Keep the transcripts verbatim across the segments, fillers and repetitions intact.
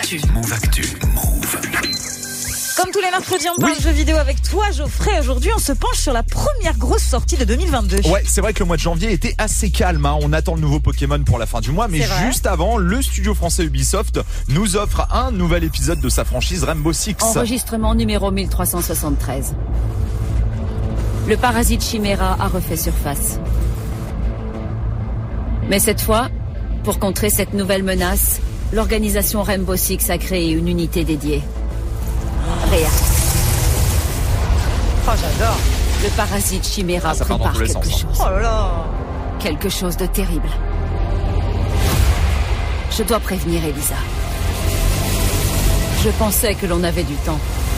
Actu. Move Actu. Move. Comme tous les mercredis, on parle Oui. jeux vidéo avec toi, Geoffrey. Aujourd'hui, on se penche sur la première grosse sortie de deux mille vingt-deux. Ouais, c'est vrai que le mois de janvier était assez calme, hein. On attend le nouveau Pokémon pour la fin du mois, mais C'est vrai. juste avant, le studio français Ubisoft nous offre un nouvel épisode de sa franchise Rainbow Six. Enregistrement numéro mille trois cent soixante-treize. Le parasite Chimera a refait surface. Mais cette fois, pour contrer cette nouvelle menace, l'organisation Rainbow Six a créé une unité dédiée. Réa. Oh, j'adore. Le parasite Chimera Ah, ça part dans prépare tous les quelque sens, hein. chose. Oh là là. Quelque chose de terrible. Je dois prévenir Elisa. Je pensais que l'on avait du temps.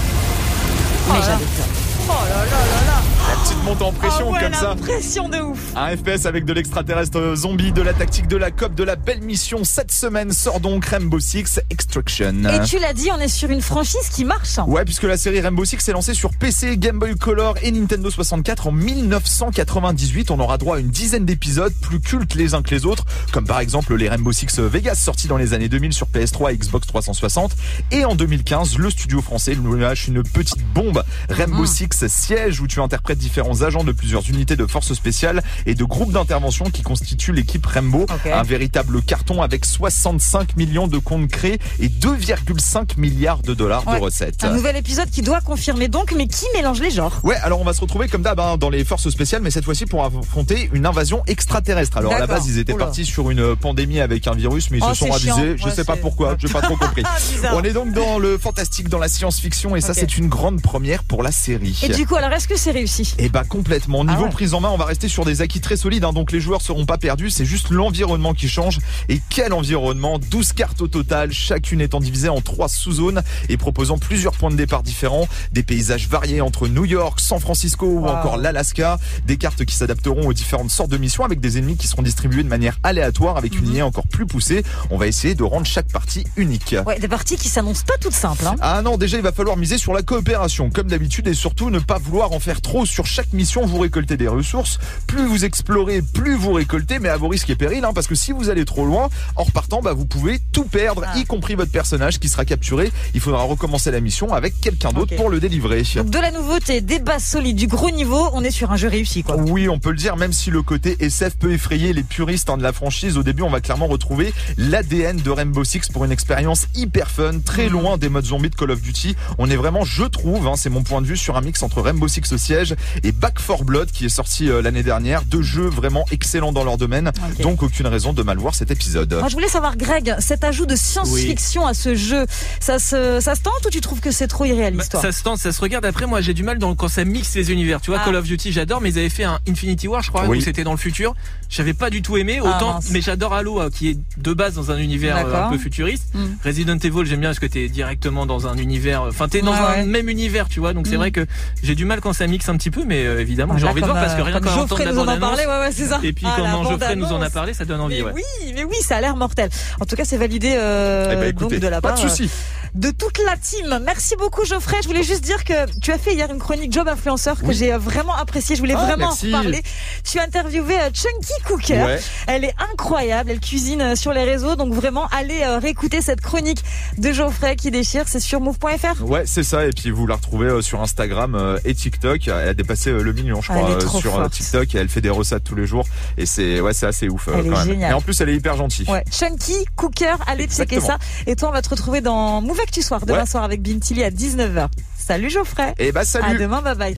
Mais Oh là. j'avais tort. Oh là là là là. La petite montée en pression Ah ouais, comme la ça. pression de ouf. Un F P S avec de l'extraterrestre zombie, de la tactique, de la coop, de la belle mission. Cette semaine sort donc Rainbow Six Extraction. Et tu l'as dit, on est sur une franchise qui marche. Ouais, puisque la série Rainbow Six est lancée sur P C, Game Boy Color et Nintendo soixante-quatre en mille neuf cent quatre-vingt-dix-huit. On aura droit à une dizaine d'épisodes plus cultes les uns que les autres, comme par exemple les Rainbow Six Vegas sortis dans les années deux mille sur P S trois et Xbox trois cent soixante. Et en deux mille quinze, le studio français nous lâche une petite bombe, Rainbow Mmh. Six Siege, où tu interprètes différents agents de plusieurs unités de forces spéciales et de groupes d'intervention qui constituent l'équipe Rainbow. Ok. Un véritable carton avec soixante-cinq millions de comptes créés et deux virgule cinq milliards de dollars Ouais. de recettes. Un nouvel épisode qui doit confirmer donc, mais qui mélange les genres. Ouais, alors on va se retrouver comme d'hab hein, dans les forces spéciales, mais cette fois-ci pour affronter une invasion extraterrestre. Alors à la D'accord. base, ils étaient Oula. partis sur une pandémie avec un virus, mais ils Oh, se sont c'est chiant. ravisés. Je Ouais, sais pas c'est- pourquoi, j'ai pas trop compris. Bizarre. On est donc dans le fantastique, dans la science-fiction, et ça Ok. c'est une grande première pour la série. Et du coup, alors est-ce que c'est réussi? Et bah complètement. Niveau Ah ouais. prise en main, on va rester sur des acquis très solides, hein, donc les joueurs seront pas perdus, c'est juste l'environnement qui change. Et quel environnement! douze cartes au total, chacune étant divisée en trois sous-zones et proposant plusieurs points de départ différents, des paysages variés entre New York, San Francisco ou Wow. encore l'Alaska, des cartes qui s'adapteront aux différentes sortes de missions avec des ennemis qui seront distribués de manière aléatoire avec une Mhm. I A encore plus poussée. On va essayer de rendre chaque partie unique. Ouais, des parties qui s'annoncent pas toutes simples. Hein. Ah non, déjà il va falloir miser sur la coopération, comme d'habitude, et surtout ne pas vouloir en faire trop. Sur chaque mission, vous récoltez des ressources. Plus vous explorez, plus vous récoltez, mais à vos risques et périls, hein, parce que si vous allez trop loin, en repartant, bah, vous pouvez tout perdre, Ah. y compris votre personnage qui sera capturé. Il faudra recommencer la mission avec quelqu'un d'autre Ok. pour le délivrer. Donc de la nouveauté, des bases solides, du gros niveau, on est sur un jeu réussi quoi. Oui, on peut le dire, même si le côté S F peut effrayer les puristes hein, de la franchise, au début on va clairement retrouver l'A D N de Rainbow Six pour une expérience hyper fun, très Mmh. loin des modes zombies de Call of Duty. On est vraiment, je trouve, hein, c'est mon point de vue, sur un mix entre Rainbow Six Siege et Back four Blood qui est sorti euh, l'année dernière. Deux jeux vraiment excellents dans leur domaine, Ok. donc aucune raison de mal voir cet épisode. Moi je voulais savoir Greg, cet ajout de science-fiction à ce jeu, ça se, ça se tente ou tu trouves que c'est trop irréaliste Bah, toi? ça se tente, ça se regarde. Après, moi, j'ai du mal dans, quand ça mixe les univers. Tu vois, Ah. Call of Duty, j'adore, mais ils avaient fait un Infinity War, je crois, Oui. où c'était dans le futur. J'avais pas du tout aimé. Ah, Autant, mince. mais j'adore Halo, euh, qui est de base dans un univers euh, D'accord. un peu futuriste. Mm. Resident Evil, j'aime bien parce que t'es directement dans un univers. Enfin, t'es dans Ouais, un ouais. même univers, tu vois. Donc c'est Mm. vrai que j'ai du mal quand ça mixe un petit peu, mais euh, évidemment, j'ai Voilà, envie de voir comme, parce que euh, rien comme qu'en entendre Geoffrey la nous en a bande-annonce. parlé, ouais, ouais, c'est ça. Et puis Ah, la quand Geoffrey nous en a bande-annonce. parlé, ça donne envie, Mais ouais. oui, mais oui, ça a l'air mortel. En tout cas, c'est validé euh, Eh ben, écoutez, donc de la pas part de souci. euh, de toute la team. Merci beaucoup Geoffrey. Je voulais juste dire que tu as fait hier une chronique Job Influenceur que Oui. j'ai euh, vraiment appréciée. Je voulais Ah, vraiment merci. en reparler. Tu as interviewé euh, Chunky Cooker. Ouais. Elle est incroyable. Elle cuisine euh, sur les réseaux. Donc vraiment, allez euh, réécouter cette chronique de Geoffrey qui déchire. C'est sur move point f r. Ouais, c'est ça. Et puis vous la retrouvez euh, sur Instagram euh, et TikTok. Elle a dépassé euh, le million, je Elle crois, est euh, trop sur euh, forte. TikTok. Et elle fait des recettes tous les jours. Et c'est ouais, c'est assez ouf euh, Elle est quand même. géniale. Et en plus, elle est hyper gentille. Ouais. Chunky Cooker, allez checker ça. Exactement. Et toi, on va te retrouver dans Move Actu Soir demain Ouais. soir avec Bintili à dix-neuf heures. Salut Geoffrey. Et bah salut. À demain, bye bye.